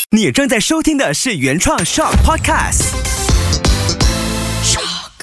你正在收听的是原创 Shock Podcast。Shock。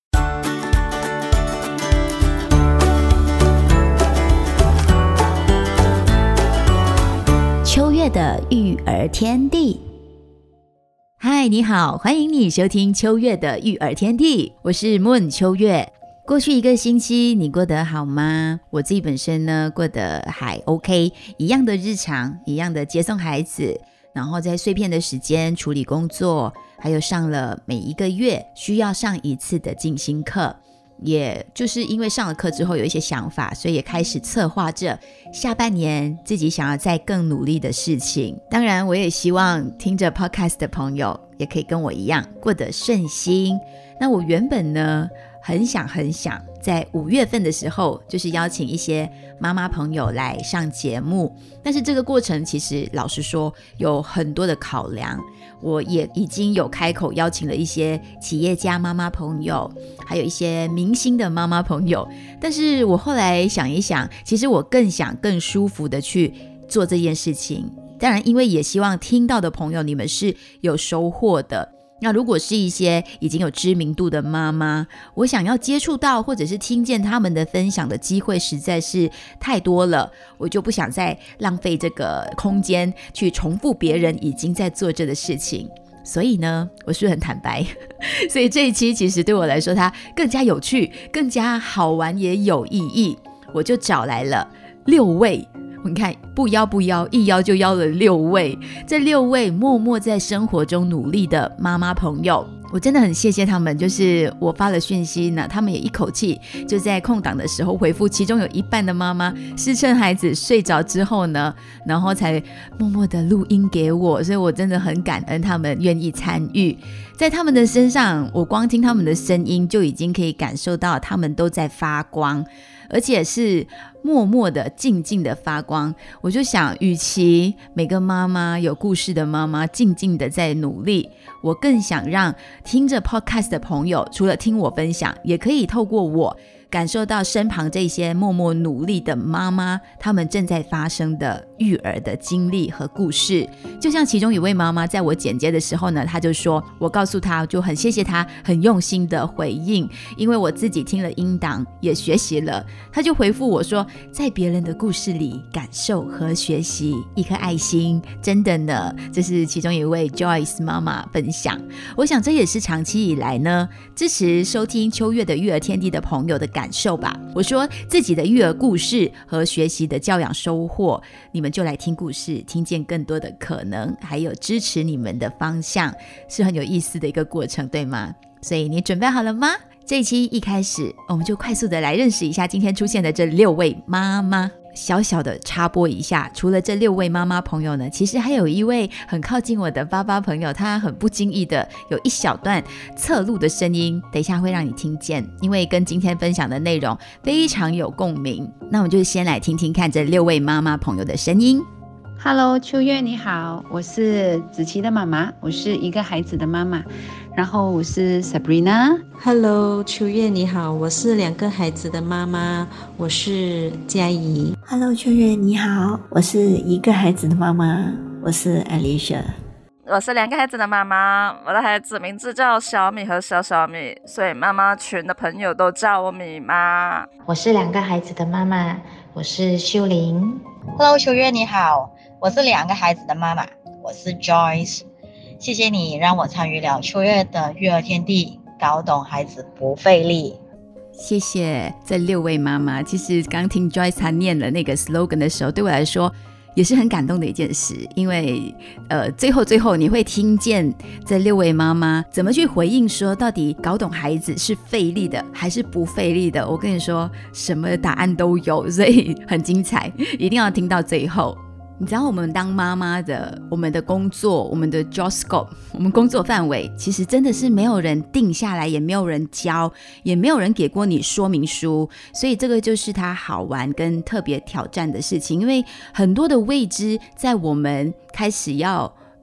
秋月的育儿天地。嗨，你好，欢迎你收听秋月的育儿天地，我是 Moon 秋月。过去一个星期你过得好吗？我自己本身呢过得还 OK， 一样的日常，一样的接送孩子，然后在碎片的时间处理工作，还有上了每一个月需要上一次的静心课，也就是因为上了课之后有一些想法，所以也开始策划着下半年自己想要再更努力的事情。当然我也希望听着 podcast 的朋友也可以跟我一样过得顺心。那我原本呢很想在5月份的时候就是邀请一些妈妈朋友来上节目，但是这个过程其实老实说有很多的考量，我也已经有开口邀请了一些企业家妈妈朋友，还有一些明星的妈妈朋友，但是我后来想一想，其实我更想更舒服的去做这件事情。当然因为也希望听到的朋友你们是有收获的，那如果是一些已经有知名度的妈妈，我想要接触到或者是听见他们的分享的机会实在是太多了，我就不想再浪费这个空间去重复别人已经在做这的事情。所以呢，我是不是很坦白？所以这一期其实对我来说它更加有趣，更加好玩也有意义。我就找来了6位，你看不邀，一邀就邀了6位，这6位默默在生活中努力的妈妈朋友，我真的很谢谢他们。就是我发了讯息呢，他们也一口气就在空档的时候回复，其中有一半的妈妈是趁孩子睡着之后呢，然后才默默的录音给我，所以我真的很感恩他们愿意参与。在他们的身上，我光听他们的声音就已经可以感受到他们都在发光，而且是默默的静静的发光。我就想，与其每个妈妈有故事的妈妈静静的在努力，我更想让听着 podcast 的朋友除了听我分享，也可以透过我感受到身旁这些默默努力的妈妈她们正在发生的育儿的经历和故事。就像其中一位妈妈在我剪接的时候呢，她就说，我告诉她就很谢谢她很用心的回应，因为我自己听了音档也学习了。她就回复我说，在别人的故事里感受和学习，一颗爱心，真的呢。这是其中一位 Joyce 妈妈分享。我想这也是长期以来呢支持收听秋月的育儿天地的朋友的感受吧。我说自己的育儿故事和学习的教养收获，你们就来听故事，听见更多的可能，还有支持你们的方向，是很有意思的一个过程，对吗？所以你准备好了吗？这一期一开始我们就快速的来认识一下今天出现的这6位妈妈。小小的插播一下，除了这6位妈妈朋友呢，其实还有一位很靠近我的爸爸朋友，他很不经意的有一小段侧录的声音，等一下会让你听见，因为跟今天分享的内容非常有共鸣。那我们就先来听听看这6位妈妈朋友的声音。 Hello， 秋月你好，我是子琪的妈妈，我是一个孩子的妈妈，然后我是 Sabrina。Hello， 秋月你好，我是2个孩子的妈妈，我是嘉怡。 Hello， 秋月你好，我是1个孩子的妈妈，我是 Alicia。 我是2个孩子的妈妈，我的孩子名字叫小米和小小米，所以妈妈群的朋友都叫我米妈。 我是2个孩子的妈妈，我是秀玲。 Hello， 秋月你好，我是2个孩子的妈妈，我是 Joyce。谢谢你让我参与了秋月的育儿天地，搞懂孩子不费力。 谢谢这6位妈妈。其实刚听 Joyce 她念了那个 slogan 的时候，对我来说也是很感动的一件事，因为最后你会听见这6位妈妈怎么去回应说，到底搞懂孩子是费力的还是不费力的。我跟你说，什么答案都有，所以很精彩，一定要听到最后。你知道我们当妈妈的，我们的工作，我们的 job scope， 我们工作范围其实真的是没有人定下来，也没有人教，也没有人给过你说明书，所以这个就是它好玩跟特别挑战的事情。因为很多的未知在我们开始要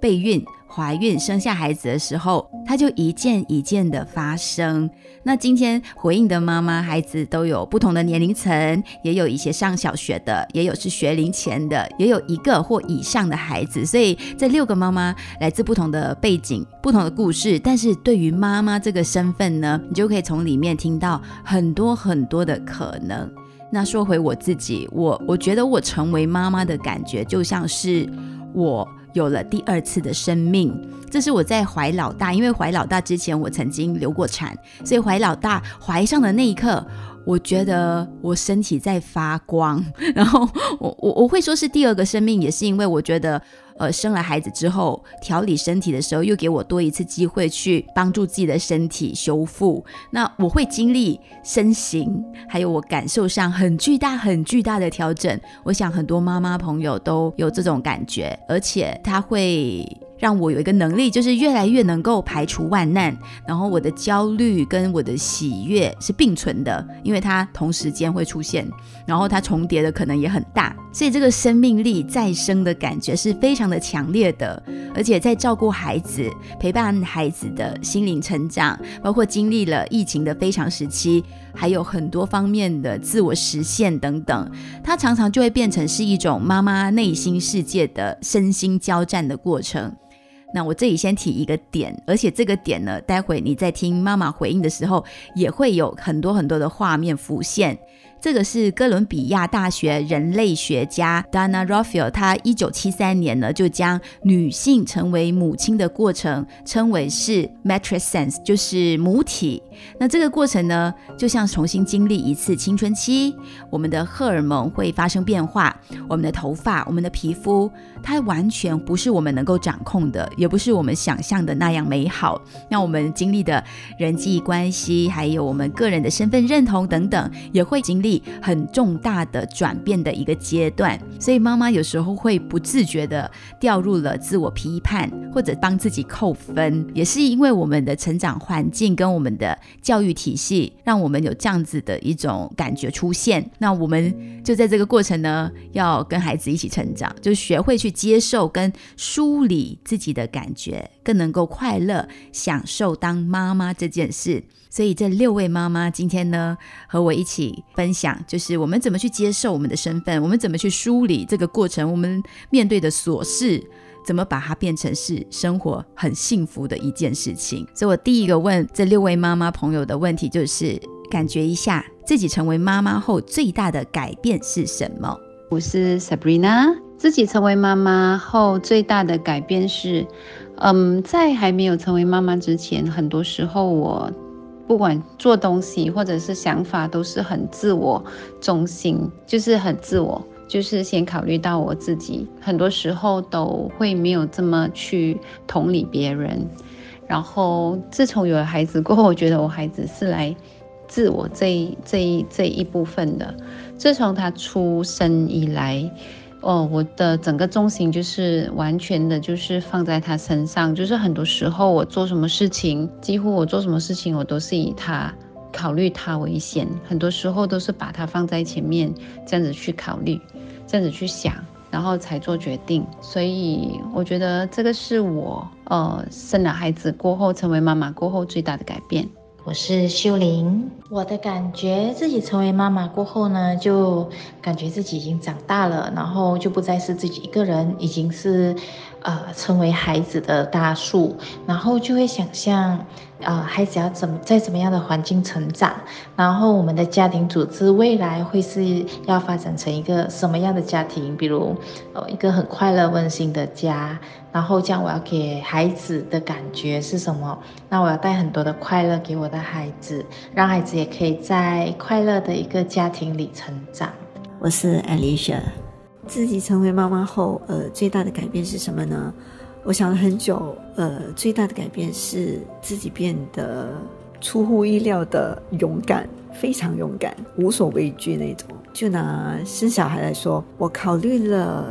备孕、怀孕、生下孩子的时候，它就一件一件的发生。那今天回应的妈妈孩子都有不同的年龄层，也有一些上小学的，也有是学龄前的，也有一个或以上的孩子，所以这6个妈妈来自不同的背景、不同的故事，但是对于妈妈这个身份呢，你就可以从里面听到很多很多的可能。那说回我自己，我觉得我成为妈妈的感觉就像是我有了第2次的生命。这是我在怀老大，因为怀老大之前我曾经流过产，所以怀老大怀上的那一刻，我觉得我身体在发光。然后我会说是第2个生命，也是因为我觉得生了孩子之后调理身体的时候，又给我多一次机会去帮助自己的身体修复。那我会经历身形还有我感受上很巨大很巨大的调整，我想很多妈妈朋友都有这种感觉，而且它会让我有一个能力，就是越来越能够排除万难，然后我的焦虑跟我的喜悦是并存的，因为它同时间会出现，然后它重叠的可能也很大，所以这个生命力再生的感觉是非常的强烈的。而且在照顾孩子、陪伴孩子的心灵成长，包括经历了疫情的非常时期，还有很多方面的自我实现等等，它常常就会变成是一种妈妈内心世界的身心交战的过程。那我这里先提一个点，而且这个点呢，待会你在听妈妈回应的时候也会有很多很多的画面浮现。这个是哥伦比亚大学人类学家 Dana Raphael， 他1973年呢就将女性成为母亲的过程称为是 matrescence， 就是母体。那这个过程呢，就像重新经历一次青春期，我们的荷尔蒙会发生变化，我们的头发、我们的皮肤，它完全不是我们能够掌控的，也不是我们想象的那样美好。那我们经历的人际关系，还有我们个人的身份认同等等，也会经历很重大的转变的一个阶段。所以妈妈有时候会不自觉的掉入了自我批判，或者帮自己扣分，也是因为我们的成长环境跟我们的教育体系让我们有这样子的一种感觉出现。那我们就在这个过程呢，要跟孩子一起成长，就学会去接受跟梳理自己的感觉，更能够快乐享受当妈妈这件事。所以这6位妈妈今天呢，和我一起分享，就是我们怎么去接受我们的身份，我们怎么去梳理这个过程，我们面对的琐事怎么把它变成是生活很幸福的一件事情。所以我第一个问这6位妈妈朋友的问题就是，感觉一下自己成为妈妈后最大的改变是什么？ 我是 Sabrina， 自己成为妈妈后最大的改变是在还没有成为妈妈之前，很多时候我不管做东西或者是想法都是很自我中心，就是很自我，就是先考虑到我自己，很多时候都会没有这么去同理别人。然后自从有了孩子过后，我觉得我孩子是来自我这一部分的。自从他出生以来，我的整个重心就是完全的就是放在他身上，就是很多时候我做什么事情，几乎我做什么事情我都是以他考虑他为先，很多时候都是把他放在前面，这样子去考虑，这样子去想，然后才做决定。所以我觉得这个是我生了孩子过后，成为妈妈过后最大的改变。 我是秀玲，我的感觉自己成为妈妈过后呢，就感觉自己已经长大了，然后就不再是自己一个人，已经是成为孩子的大树，然后就会想象孩子要在怎么样的环境成长，然后我们的家庭组织未来会是要发展成一个什么样的家庭，比如一个很快乐温馨的家，然后这样我要给孩子的感觉是什么？那我要带很多的快乐给我的孩子，让孩子也可以在快乐的一个家庭里成长。 我是 Alicia。 自己成为妈妈后最大的改变是什么呢？我想了很久，最大的改变是自己变得出乎意料的勇敢，非常勇敢，无所畏惧那种。就拿生小孩来说，我考虑了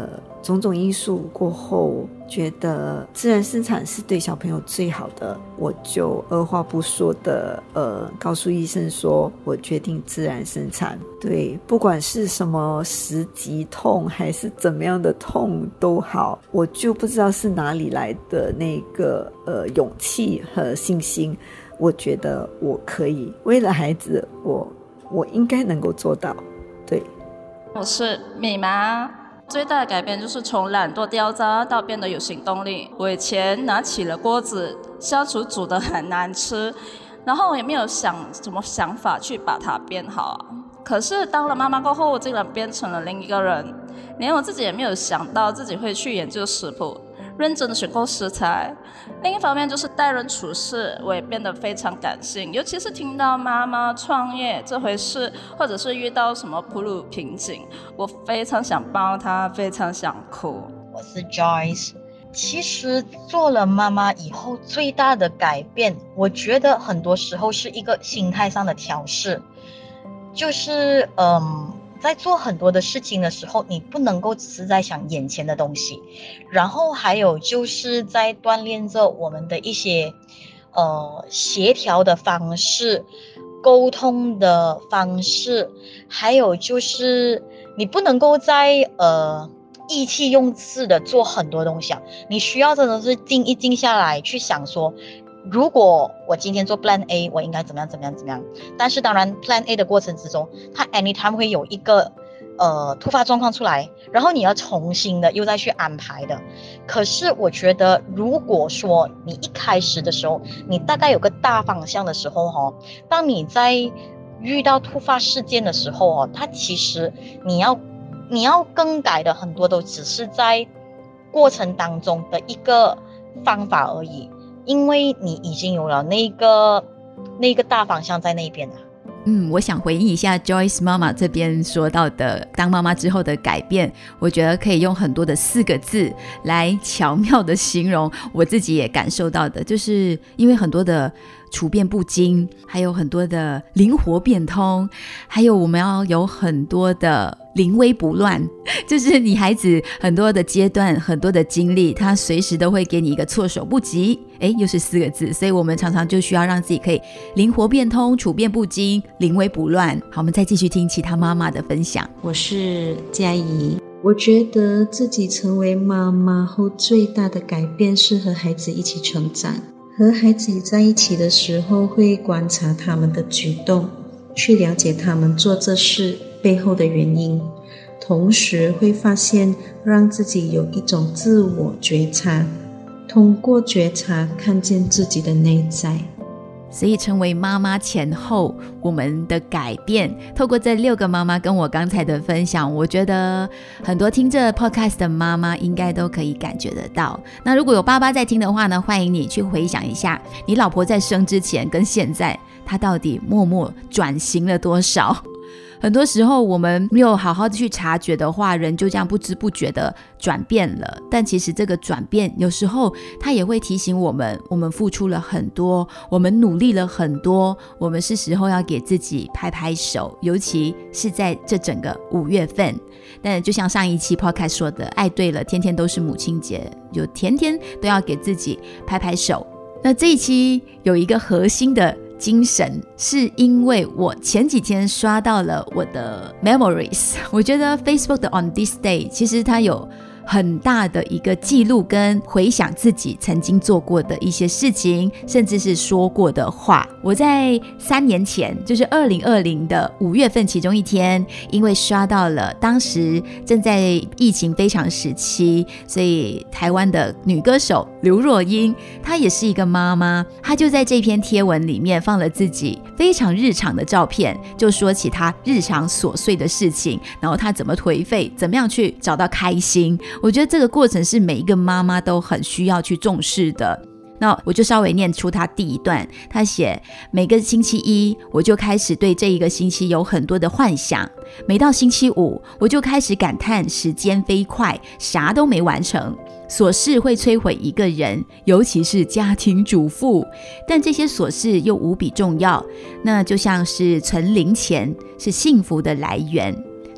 种种因素过后，觉得自然生产是对小朋友最好的，我就二话不说的告诉医生说我决定自然生产。对，不管是什么10级痛还是怎么样的痛都好，我就不知道是哪里来的那个勇气和信心，我觉得我可以为了孩子，我应该能够做到。对， 我是米妈，最大的改变就是从懒惰掉渣到变得有行动力。我以前拿起了锅子，下厨煮得很难吃，然后也没有什么想法去把它变好。可是当了妈妈过后，我竟然变成了另一个人，连我自己也没有想到自己会去研究食谱，认真的选购食材。另一方面就是待人处事，我也变得非常感性，尤其是听到妈妈创业这回事，或者是遇到什么铺路瓶颈，我非常想抱她，非常想哭。 我是 Joyce。 其实做了妈妈以后最大的改变，我觉得很多时候是一个心态上的调试，就是在做很多的事情的时候，你不能够只是在想眼前的东西，然后还有就是在锻炼着我们的一些协调的方式、沟通的方式，还有就是你不能够在意气用事的做很多东西，你需要真的是静下来去想说，如果我今天做 Plan A， 我应该怎么样。但是当然 Plan A 的过程之中，它 anytime 会有一个突发状况出来，然后你要重新的又再去安排的。可是我觉得如果说你一开始的时候你大概有个大方向的时候，当你在遇到突发事件的时候，它其实你要更改的很多都只是在过程当中的一个方法而已，因为你已经有了那个大方向在那边了。 我想回应一下 Joyce 妈妈这边说到的当妈妈之后的改变，我觉得可以用很多的4个字来巧妙的形容我自己也感受到的，就是因为很多的处变不惊，还有很多的灵活变通，还有我们要有很多的临危不乱，就是你孩子很多的阶段很多的经历，他随时都会给你一个措手不及，又是4个字，所以我们常常就需要让自己可以灵活变通、处变不惊、临危不乱。好，我们再继续听其他妈妈的分享。 我是嘉怡。我觉得自己成为妈妈后最大的改变是和孩子一起成长。和孩子在一起的时候，会观察他们的举动，去了解他们做这事背后的原因，同时会发现让自己有一种自我觉察，通过觉察看见自己的内在。 所以成为妈妈前后我们的改变，透过这6个妈妈跟我刚才的分享，我觉得很多听这 podcast 的妈妈应该都可以感觉得到。那如果有爸爸在听的话呢，欢迎你去回想一下你老婆在生之前跟现在她到底默默转型了多少。很多时候我们没有好好的去察觉的话，人就这样不知不觉的转变了。但其实这个转变有时候它也会提醒我们，我们付出了很多，我们努力了很多，我们是时候要给自己拍拍手，尤其是在这整个5月份。但就像上一期 podcast 说的，爱对了，天天都是母亲节，就天天都要给自己拍拍手。那这一期有一个核心的精神，是因为我前几天刷到了我的 memories， 我觉得 Facebook 的 On This Day 其实它有很大的一个记录跟回想自己曾经做过的一些事情，甚至是说过的话。我在3年前，就是2020的5月份其中一天，因为刷到了当时正在疫情非常时期，所以台湾的女歌手刘若英，她也是一个妈妈，她就在这篇贴文里面放了自己非常日常的照片，就说起她日常琐碎的事情，然后她怎么颓废，怎么样去找到开心。我觉得这个过程是每一个妈妈都很需要去重视的。那我就稍微念出他第一段，他写每个星期一我就开始对这一个星期有很多的幻想，每到星期五我就开始感叹时间飞快，啥都没完成，琐事会摧毁一个人，尤其是家庭主妇，但这些琐事又无比重要，那就像是存零钱是幸福的来源。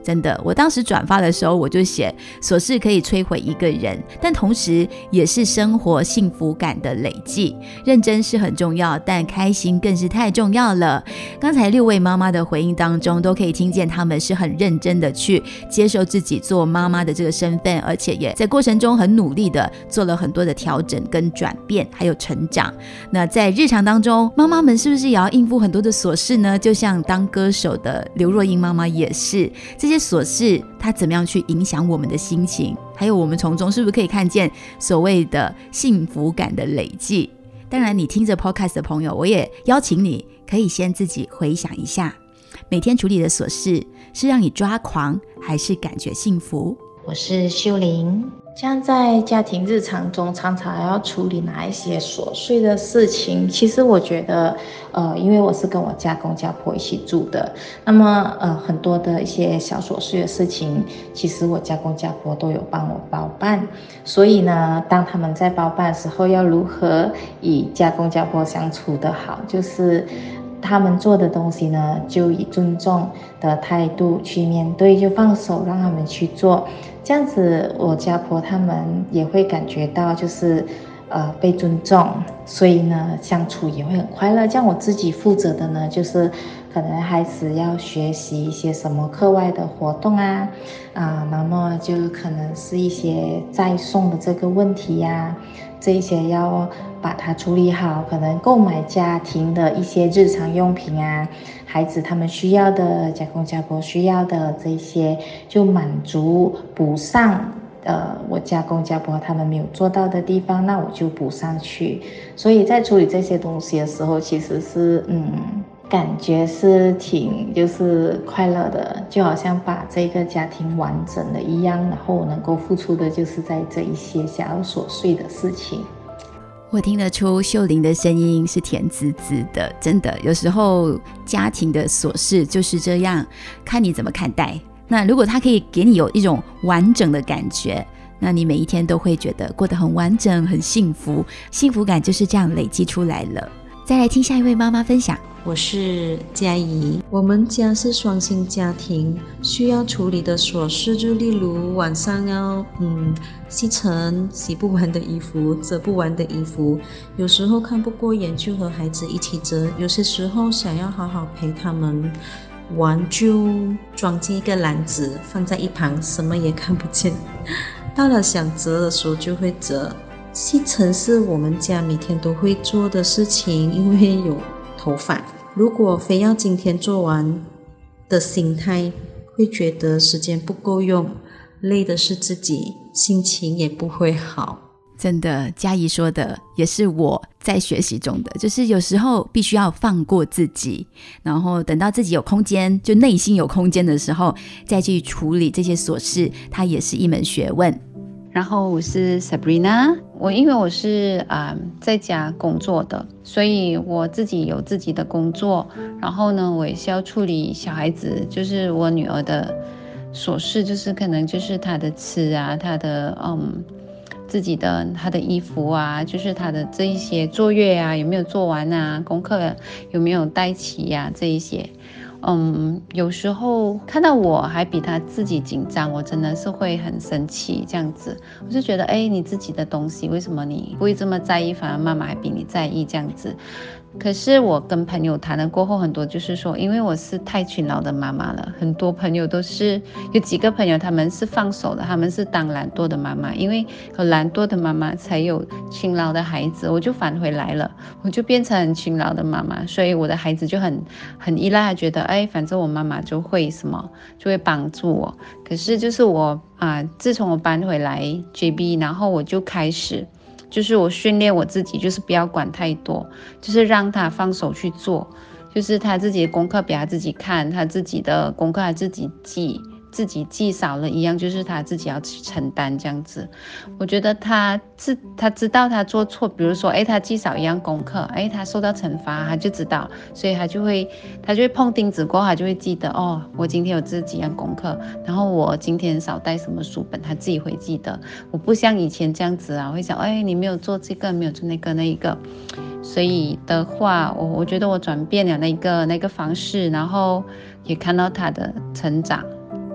真的，我当时转发的时候我就写琐事可以摧毁一个人，但同时也是生活幸福感的累积。认真是很重要，但开心更是太重要了。刚才6位妈妈的回应当中都可以听见她们是很认真的去接受自己做妈妈的这个身份，而且也在过程中很努力的做了很多的调整跟转变还有成长。那在日常当中，妈妈们是不是也要应付很多的琐事呢？就像当歌手的刘若英妈妈也是，这些琐事它怎么样去影响我们的心情，还有我们从中是不是可以看见所谓的幸福感的累积。当然你听着 podcast 的朋友，我也邀请你可以先自己回想一下，每天处理的琐事是让你抓狂还是感觉幸福。 我是秀玲。像在家庭日常中常常要处理哪一些琐碎的事情，其实我觉得因为我是跟我家公家婆一起住的，那么很多的一些小琐碎的事情，其实我家公家婆都有帮我包办。所以呢，当他们在包办的时候，要如何与家公家婆相处得好，就是他们做的东西呢，就以尊重的态度去面对，就放手让他们去做。这样子我家婆他们也会感觉到就是被尊重，所以呢相处也会很快乐。这样我自己负责的呢，就是可能孩子要学习一些什么课外的活动那么就可能是一些再送的这个问题这一些要把它处理好，可能购买家庭的一些日常用品孩子他们需要的，家公家婆需要的这些，就满足补上我家公家婆他们没有做到的地方，那我就补上去。所以在处理这些东西的时候，其实是感觉是挺就是快乐的，就好像把这个家庭完整的一样，然后我能够付出的就是在这一些小琐碎的事情。 我听得出秀玲的声音是甜滋滋的，真的，有时候家庭的琐事就是这样，看你怎么看待。那如果它可以给你有一种完整的感觉，那你每一天都会觉得过得很完整很幸福，幸福感就是这样累积出来了。再来听下一位妈妈分享。 我是嘉怡，我们家是双薪家庭，需要处理的琐事就例如晚上要吸尘，洗不完的衣服，折不完的衣服，有时候看不过眼就和孩子一起折，有些时候想要好好陪他们玩就装进一个篮子放在一旁，什么也看不见，到了想折的时候就会折。吸尘是我们家每天都会做的事情，因为有头发，如果非要今天做完的心态，会觉得时间不够用，累的是自己，心情也不会好。 真的，嘉怡说的也是我在学习中的，就是有时候必须要放过自己，然后等到自己有空间，就内心有空间的时候，再去处理这些琐事，它也是一门学问。 然后我是 Sabrina， 因为我是在家工作的，所以我自己有自己的工作，然后呢我也是要处理小孩子，就是我女儿的琐事，就是可能就是她的吃她的自己的她的衣服就是她的这一些作业有没有做完功课有没有带齐这一些。有时候看到我还比他自己紧张，我真的是会很生气这样子。我就觉得你自己的东西为什么你不会这么在意，反而妈妈还比你在意这样子。可是我跟朋友谈了过后，很多就是说，因为我是太勤劳的妈妈了，很多朋友都是有几个朋友他们是放手的，他们是当懒惰的妈妈，因为有懒惰的妈妈才有勤劳的孩子。我就返回来了，我就变成很勤劳的妈妈，所以我的孩子就很依赖，觉得反正我妈妈就会什么，就会帮助我。可是就是我自从我搬回来 JB， 然后我就开始就是我训练我自己，就是不要管太多，就是让他放手去做，就是他自己的功课给他自己看，他自己的功课他自己记，自己记少了一样，就是他自己要去承担这样子。我觉得他知道他做错，比如说他记少一样功课，他受到惩罚，他就知道，所以他就会碰钉子过后，他就会记得我今天有这几样功课，然后我今天少带什么书本，他自己会记得。我不像以前这样子会想你没有做这个，没有做那个，所以的话我觉得我转变了那个方式，然后也看到他的成长。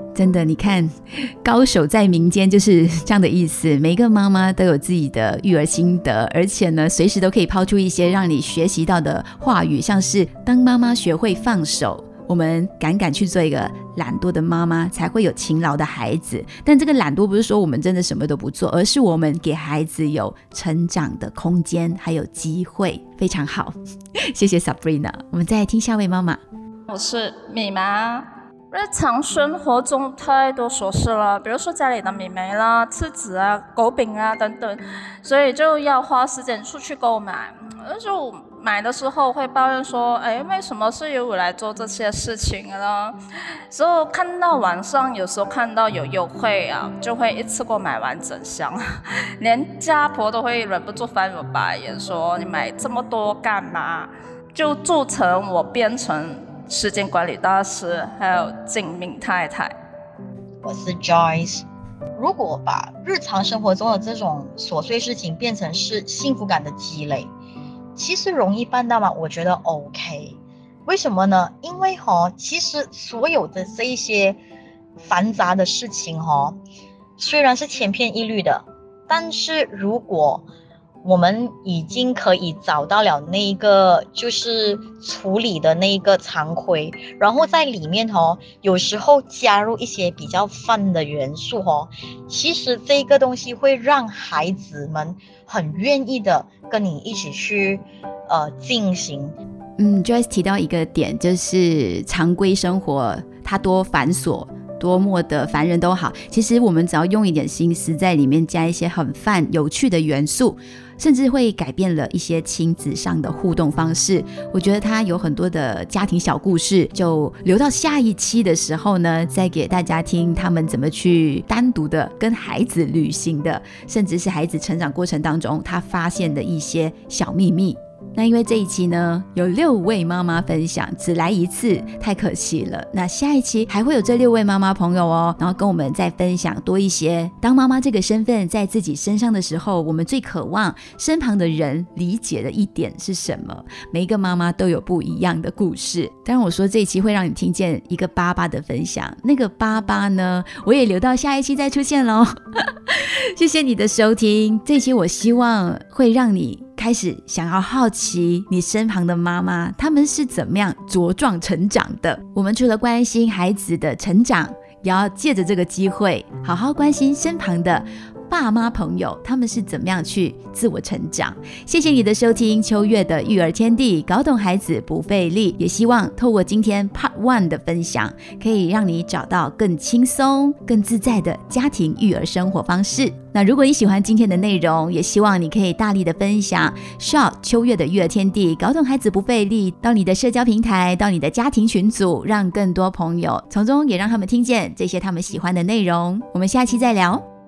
真的，你看，高手在民间就是这样的意思。每一个妈妈都有自己的育儿心得，而且呢，随时都可以抛出一些让你学习到的话语，像是当妈妈学会放手，我们敢去做一个懒惰的妈妈，才会有勤劳的孩子。但这个懒惰不是说我们真的什么都不做，而是我们给孩子有成长的空间还有机会。非常好，谢谢 Sabrina。 我们再来听下位妈妈。 我是米妈。日常生活中太多琐事了，比如说家里的米梅啦、吃子啊、狗饼啊等等，所以就要花时间出去购买。就买的时候会抱怨说，为什么是由我来做这些事情呢？所以看到网上有时候看到有优惠啊，就会一次过买完整箱，连家婆都会忍不住翻我白眼说，你买这么多干嘛？就铸成我变成时间管理大师，还有精明太太。 我是 Joyce。 如果把日常生活中的这种琐碎事情变成是幸福感的积累，其实容易办到吗？我觉得 OK。 为什么呢？因为其实所有的这一些繁杂的事情虽然是千篇一律的，但是如果我们已经可以找到了那一个就是处理的那一个常规，然后在里面有时候加入一些比较fun的元素其实这个东西会让孩子们很愿意的跟你一起去进行。 Joyce 提到一个点，就是常规生活它多繁琐多么的烦人都好，其实我们只要用一点心思在里面加一些很fun有趣的元素，甚至会改变了一些亲子上的互动方式。我觉得它有很多的家庭小故事，就留到下一期的时候呢，再给大家听他们怎么去单独的跟孩子旅行的，甚至是孩子成长过程当中他发现的一些小秘密。那因为这一期呢有6位妈妈分享，只来一次太可惜了，那下一期还会有这6位妈妈朋友然后跟我们再分享多一些当妈妈这个身份在自己身上的时候，我们最渴望身旁的人理解的一点是什么。每一个妈妈都有不一样的故事。当然我说这一期会让你听见一个爸爸的分享，那个爸爸呢我也留到下一期再出现咯谢谢你的收听，这一期我希望会让你开始想要好奇你身旁的妈妈她们是怎么样茁壮成长的。我们除了关心孩子的成长，也要借着这个机会好好关心身旁的爸妈朋友，他们是怎么样去自我成长。谢谢你的收听，秋月的育儿天地，搞懂孩子不费力。也希望透过今天 Part 1的分享，可以让你找到更轻松更自在的家庭育儿生活方式。那如果你喜欢今天的内容，也希望你可以大力的分享 Shout 秋月的育儿天地，搞懂孩子不费力，到你的社交平台，到你的家庭群组，让更多朋友从中也让他们听见这些他们喜欢的内容。我们下期再聊。